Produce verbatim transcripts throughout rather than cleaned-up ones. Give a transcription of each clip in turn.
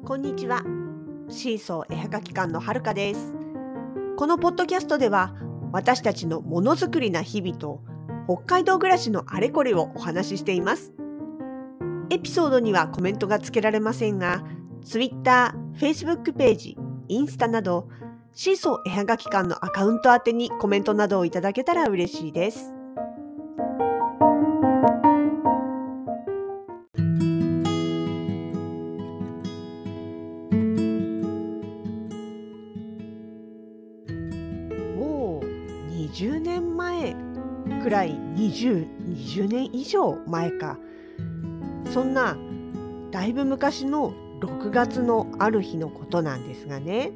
こんにちは。シーソー絵はがき館のはるかです。このポッドキャストでは、私たちのものづくりな日々と北海道暮らしのあれこれをお話ししています。エピソードにはコメントがつけられませんが、Twitter、Facebook ページ、インスタなどシーソー絵はがき館のアカウント宛てにコメントなどをいただけたら嬉しいです。もうにじゅうねんまえくらい、にじゅう、にじゅうねん以上前か。そんなだいぶ昔のろくがつのある日のことなんですがね、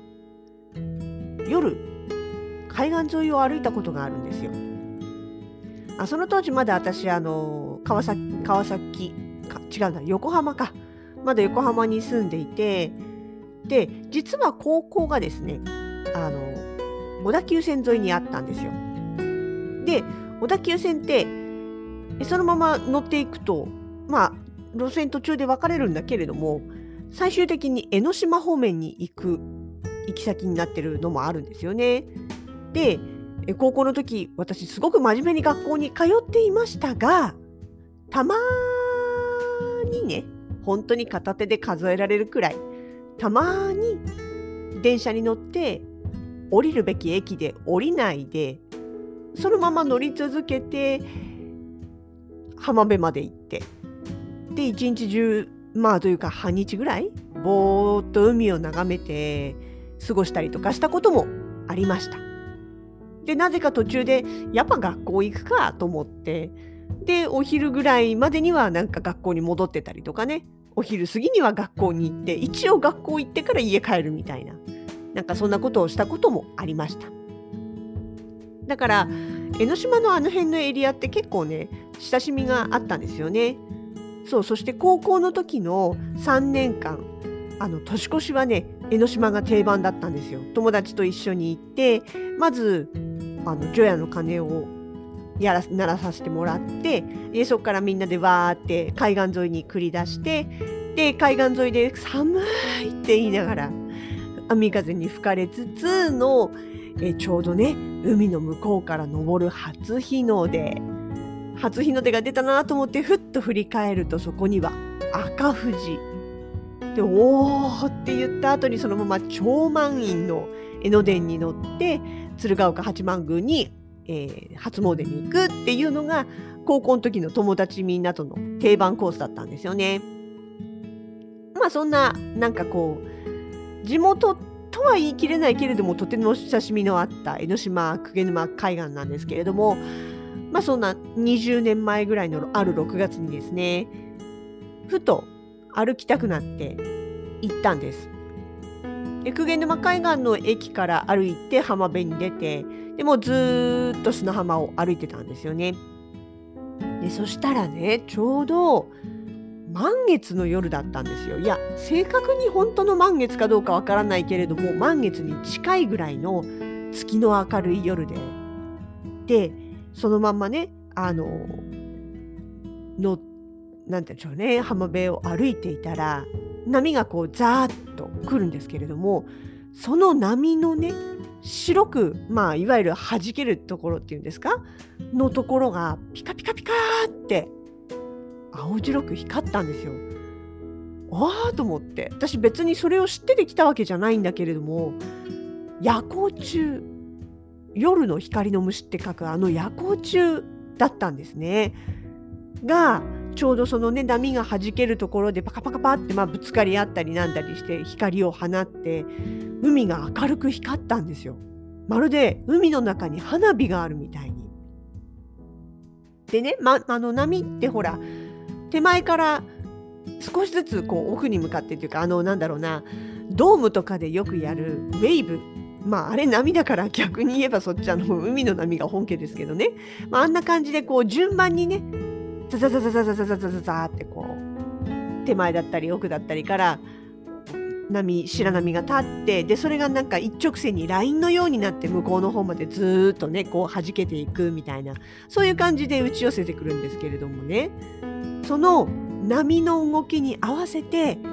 夜海岸沿いを歩いたことがあるんですよ。あその当時まだ私あの川崎川崎か違うな横浜かまだ横浜に住んでいて、で実は高校がですねあの小田急線沿いにあったんですよ。で小田急線ってそのまま乗っていくとまあ路線途中で分かれるんだけれども、最終的に江ノ島方面に行く行き先になってるのもあるんですよね。で高校の時私すごく真面目に学校に通っていましたが、たまにね本当に片手で数えられるくらいたまに電車に乗って降りるべき駅で降りないでそのまま乗り続けて浜辺まで行って、で一日中まあというか半日ぐらいぼーっと海を眺めて過ごしたりとかしたこともありました。でなぜか途中でやっぱ学校行くかと思って、でお昼ぐらいまでにはなんか学校に戻ってたりとかね、お昼過ぎには学校に行って一応学校行ってから家帰るみたいな、なんかそんなことをしたこともありました。だから江ノ島のあの辺のエリアって結構ね親しみがあったんですよね。そう、そして高校の時のさんねんかんあの年越しはね江ノ島が定番だったんですよ。友達と一緒に行ってまずあの除夜の鐘をやら鳴らさせてもらって、でそこからみんなでわーって海岸沿いに繰り出して、で海岸沿いで寒いって言いながら海風に吹かれつつのえちょうどね海の向こうから昇る初日の出初日の出が出たなと思ってふっと振り返ると、そこには赤富士で、おーって言った後にそのまま超満員の江ノ電に乗って鶴岡八幡宮に、えー、初詣に行くっていうのが高校の時の友達みんなとの定番コースだったんですよね。まあそんななんかこう地元とは言い切れないけれどもとても親しみのあった江ノ島鵠沼海岸なんですけれども、まあそんなにじゅうねんまえぐらいのあるろくがつにですね、ふと歩きたくなって行ったんです。で鵠沼海岸の駅から歩いて浜辺に出て、でもうずーっと砂浜を歩いてたんですよね。でそしたらねちょうど満月の夜だったんですよ。いや正確に本当の満月かどうかわからないけれども満月に近いぐらいの月の明るい夜で、でそのまんまねあののなんて言うんでしょうね、浜辺を歩いていたら波がこうザーッと来るんですけれども、その波のね白くまあいわゆる弾けるところっていうんですかのところがピカピカピカーって青白く光ったんですよ。あーと思って、私別にそれを知っててきたわけじゃないんだけれども、夜光虫、夜の光の虫って書くあの夜光虫だったんですね。がちょうどそのね波が弾けるところでパカパカパってまあぶつかり合ったりなんだりして光を放って海が明るく光ったんですよ。まるで海の中に花火があるみたいに。でね、ま、あの波ってほら手前から少しずつこう奥に向かってっていうか、あのなんだろうなドームとかでよくやるウェーブ、まああれ波だから逆に言えばそっちあの海の波が本家ですけどね、まあ、あんな感じでこう順番にねザザザザザザザザザザザってこう手前だったり奥だったりから波白波が立って、でそれがなんか一直線にラインのようになって向こうの方までずーっとねこう弾けていくみたいな、そういう感じで打ち寄せてくるんですけれどもね、その波の動きに合わせて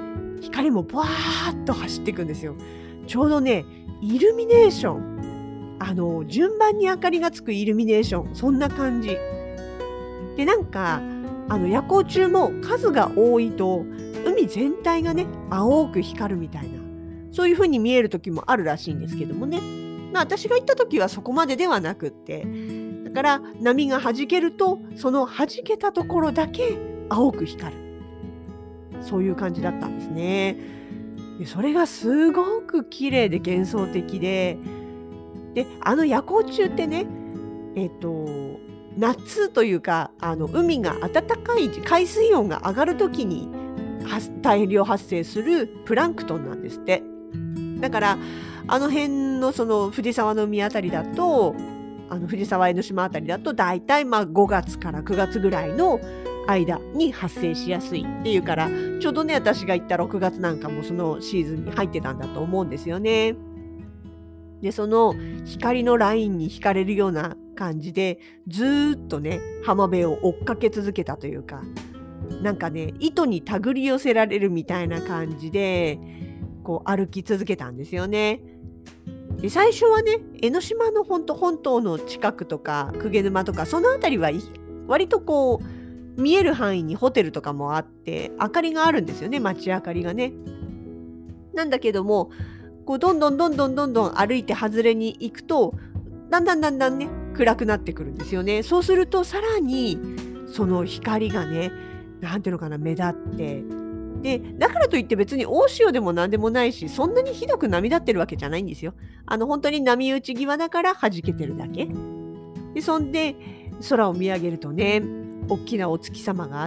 光もバーッと走っていくんですよ。ちょうどね、イルミネーション、あの順番に明かりがつくイルミネーション、そんな感じで、なんかあの夜光中も数が多いと海全体がね青く光るみたいな、そういう風に見える時もあるらしいんですけどもね、まあ、私が行った時はそこまでではなくって、だから波が弾けるとその弾けたところだけ青く光る、そういう感じだったんですね。でそれがすごく綺麗で幻想的で、であの夜光中ってね、えっと夏というか、あの海が暖かい海水温が上がる時に大量発生するプランクトンなんですって。だからあの辺のその藤沢の海あたりだと、あの藤沢江ノ島あたりだとだいたいまあごがつからくがつぐらいの間に発生しやすいっていうから、ちょうどね私が行ったろくがつなんかもそのシーズンに入ってたんだと思うんですよね。でその光のラインに惹かれるような感じでずーっとね浜辺を追っかけ続けたというか、なんかね糸に手繰り寄せられるみたいな感じでこう歩き続けたんですよね。で最初はね江ノ島の本当本島の近くとか鵠沼とかその辺りは割とこう見える範囲にホテルとかもあって明かりがあるんですよね、街明かりがね。なんだけどもこうどんどんどんどんどんどん歩いて外れに行くとだんだんだんだんね暗くなってくるんですよね。そうするとさらにその光がねなんていうのかな目立って、でだからといって別に大潮でもなんでもないし、そんなにひどく波立ってるわけじゃないんですよ。あの本当に波打ち際だから弾けてるだけで、そんで空を見上げるとね大きなお月様があって、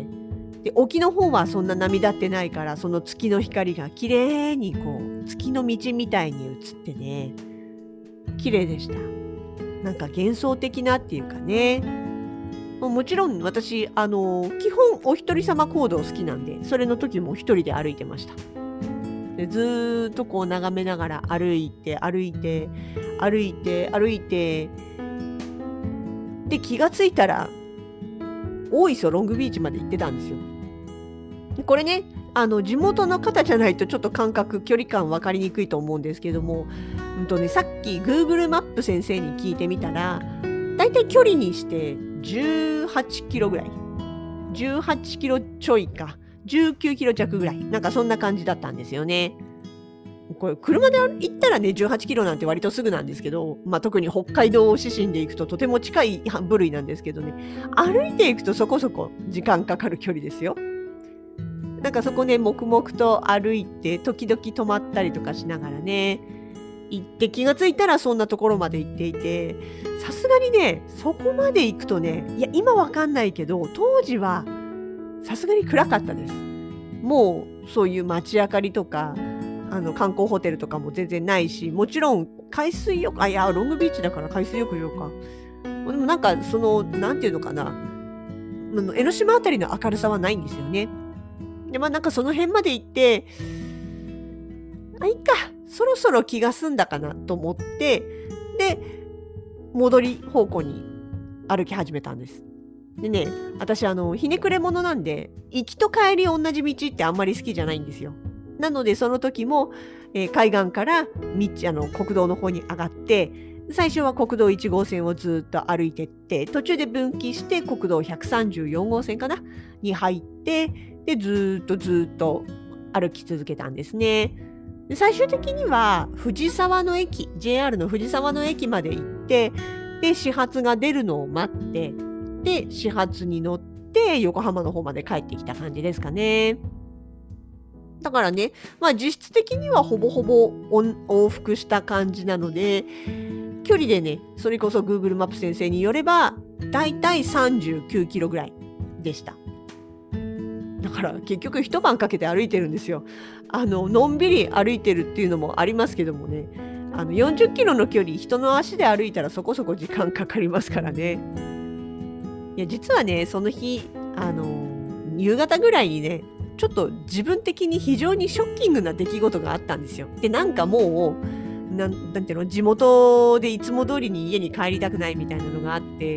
で沖の方はそんな波立ってないから、その月の光が綺麗にこう月の道みたいに映ってね綺麗でした。なんか幻想的なっていうかね、もちろん私あの基本お一人様行動好きなんで、それの時も一人で歩いてました。でずーっとこう眺めながら歩いて歩いて歩いて歩いて、で気がついたら大磯ロングビーチまで行ってたんですよ。これねあの地元の方じゃないとちょっと感覚距離感分かりにくいと思うんですけども、うんとね、さっき Google マップ先生に聞いてみたらだいたい距離にしてじゅうはちキロぐらい、じゅうはちキロちょいかじゅうきゅうキロ弱ぐらい、なんかそんな感じだったんですよね。これ車で行ったらねじゅうはちキロなんて割とすぐなんですけど、まあ、特に北海道指針で行くととても近い部類なんですけどね、歩いていくとそこそこ時間かかる距離ですよ。なんかそこね黙々と歩いて時々止まったりとかしながらね行って、気がついたらそんなところまで行っていて、さすがにねそこまで行くとね、いや今わかんないけど当時はさすがに暗かったです。もうそういう街明かりとかあの観光ホテルとかも全然ないし、もちろん海水浴、あいやロングビーチだから海水浴場か、でもなんかそのなんていうのかな、江ノ島あたりの明るさはないんですよね。でまあなんかその辺まで行って、あいいかそろそろ気が済んだかなと思って、で戻り方向に歩き始めたんです。でね私あのひねくれ者なんで行きと帰り同じ道ってあんまり好きじゃないんですよ。なのでその時も、えー、海岸から道あの国道の方に上がって、最初は国道いち号線をずっと歩いてって、途中で分岐して国道ひゃくさんじゅうよん号線かなに入って、でずっとずっと歩き続けたんですね。で最終的には藤沢の駅 ジェイアール の藤沢の駅まで行って、で始発が出るのを待って、で始発に乗って横浜の方まで帰ってきた感じですかね。だからね、まあ実質的にはほぼほぼ往復した感じなので、距離でねそれこそ Google マップ先生によればだいたいさんじゅうきゅうキロぐらいでした。だから結局一晩かけて歩いてるんですよ。あののんびり歩いてるっていうのもありますけどもね、あのよんじゅっキロの距離人の足で歩いたらそこそこ時間かかりますからね。いや実はねその日あの夕方ぐらいにねちょっと自分的に非常にショッキングな出来事があったんですよ。でなんかもうな ん, なんていうの地元でいつも通りに家に帰りたくないみたいなのがあって、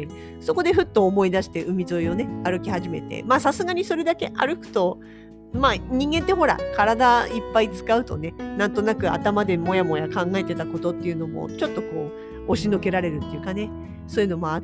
そこでふっと思い出して海沿いをね歩き始めて、まあさすがにそれだけ歩くとまあ人間ってほら体いっぱい使うとね、なんとなく頭でもやもや考えてたことっていうのもちょっとこう押しのけられるっていうかね、そういうのもあって、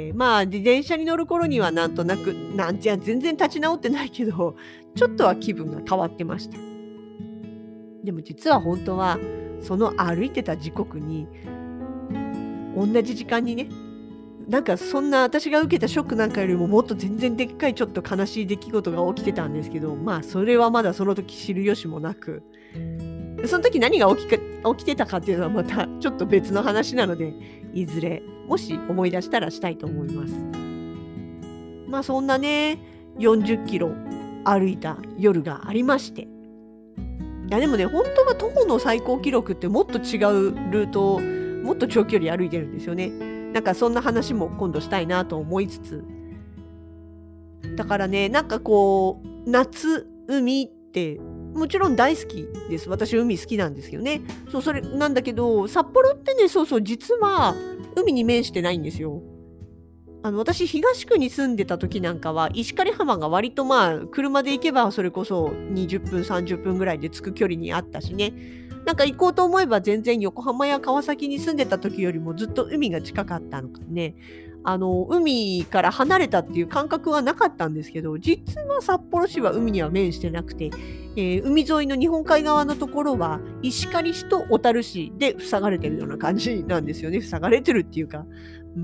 まあ自転車に乗る頃にはなんとなく、なんてや全然立ち直ってないけど、ちょっとは気分が変わってました。でも実は本当はその歩いてた時刻に同じ時間にね、なんかそんな私が受けたショックなんかよりももっと全然でっかいちょっと悲しい出来事が起きてたんですけど、まあそれはまだその時知る由もなく、その時何が起きか起きてたかっていうのはまたちょっと別の話なので、いずれもし思い出したらしたいと思います。まあそんなね、よんじゅっキロ歩いた夜がありまして、いやでもね、本当は徒歩の最高記録ってもっと違うルートをもっと長距離歩いてるんですよね。なんかそんな話も今度したいなと思いつつ、だからね、なんかこう夏海ってもちろん大好きです。私海好きなんですよね。そうそれなんだけど、札幌ってね、そうそう実は海に面してないんですよ。あの私東区に住んでた時なんかは石狩浜が割とまあ車で行けばそれこそにじゅっぷんさんじゅっぷんぐらいで着く距離にあったしね。なんか行こうと思えば全然横浜や川崎に住んでた時よりもずっと海が近かったのかね。あの海から離れたっていう感覚はなかったんですけど、実は札幌市は海には面してなくて、えー海沿いの日本海側のところは石狩市と小樽市で塞がれてるような感じなんですよね。塞がれてるっていうか。うん、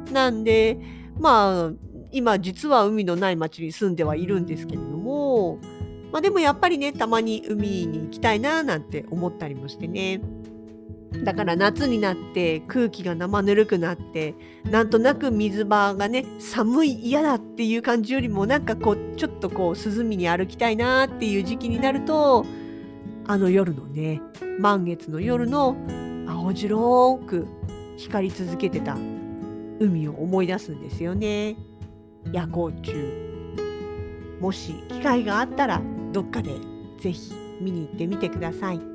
なんでまあ今実は海のない町に住んではいるんですけれども、まあでもやっぱりね、たまに海に行きたいななんて思ったりもしてね。だから夏になって空気が生ぬるくなって、なんとなく水場がね、寒い嫌だっていう感じよりもなんかこうちょっとこう涼みに歩きたいなっていう時期になると、あの夜のね、満月の夜の青白く光り続けてた海を思い出すんですよね。夜光中。もし機会があったらどっかでぜひ見に行ってみてください。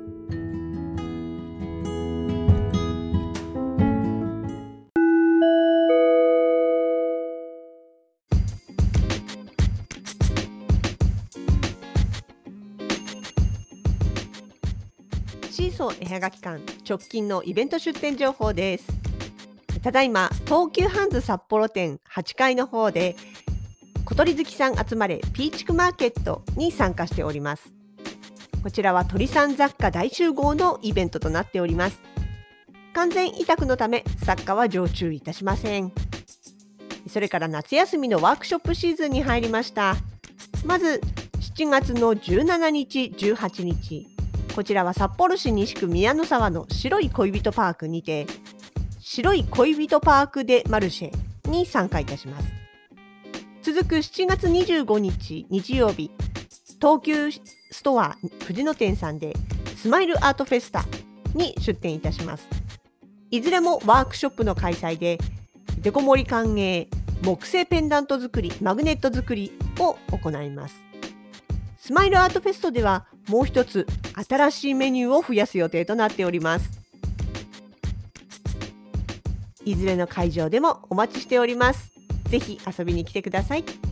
シーソー絵はがき館直近のイベント出店情報です。ただいま東急ハンズ札幌店はちかいの方で小鳥好きさん集まれピーチクマーケットに参加しております。こちらは鳥さん雑貨大集合のイベントとなっております。完全委託のため作家は常駐いたしません。それから夏休みのワークショップシーズンに入りました。まずしちがつのじゅうしちにちじゅうはちにち、こちらは札幌市西区宮の沢の白い恋人パークにて白い恋人パークでマルシェに参加いたします。続くしちがつにじゅうごにち日曜日、東急ストア藤野店さんでスマイルアートフェスタに出店いたします。いずれもワークショップの開催でデコ盛り歓迎、木製ペンダント作り、マグネット作りを行います。スマイルアートフェストではもう一つ新しいメニューを増やす予定となっております。いずれの会場でもお待ちしております。ぜひ遊びに来てください。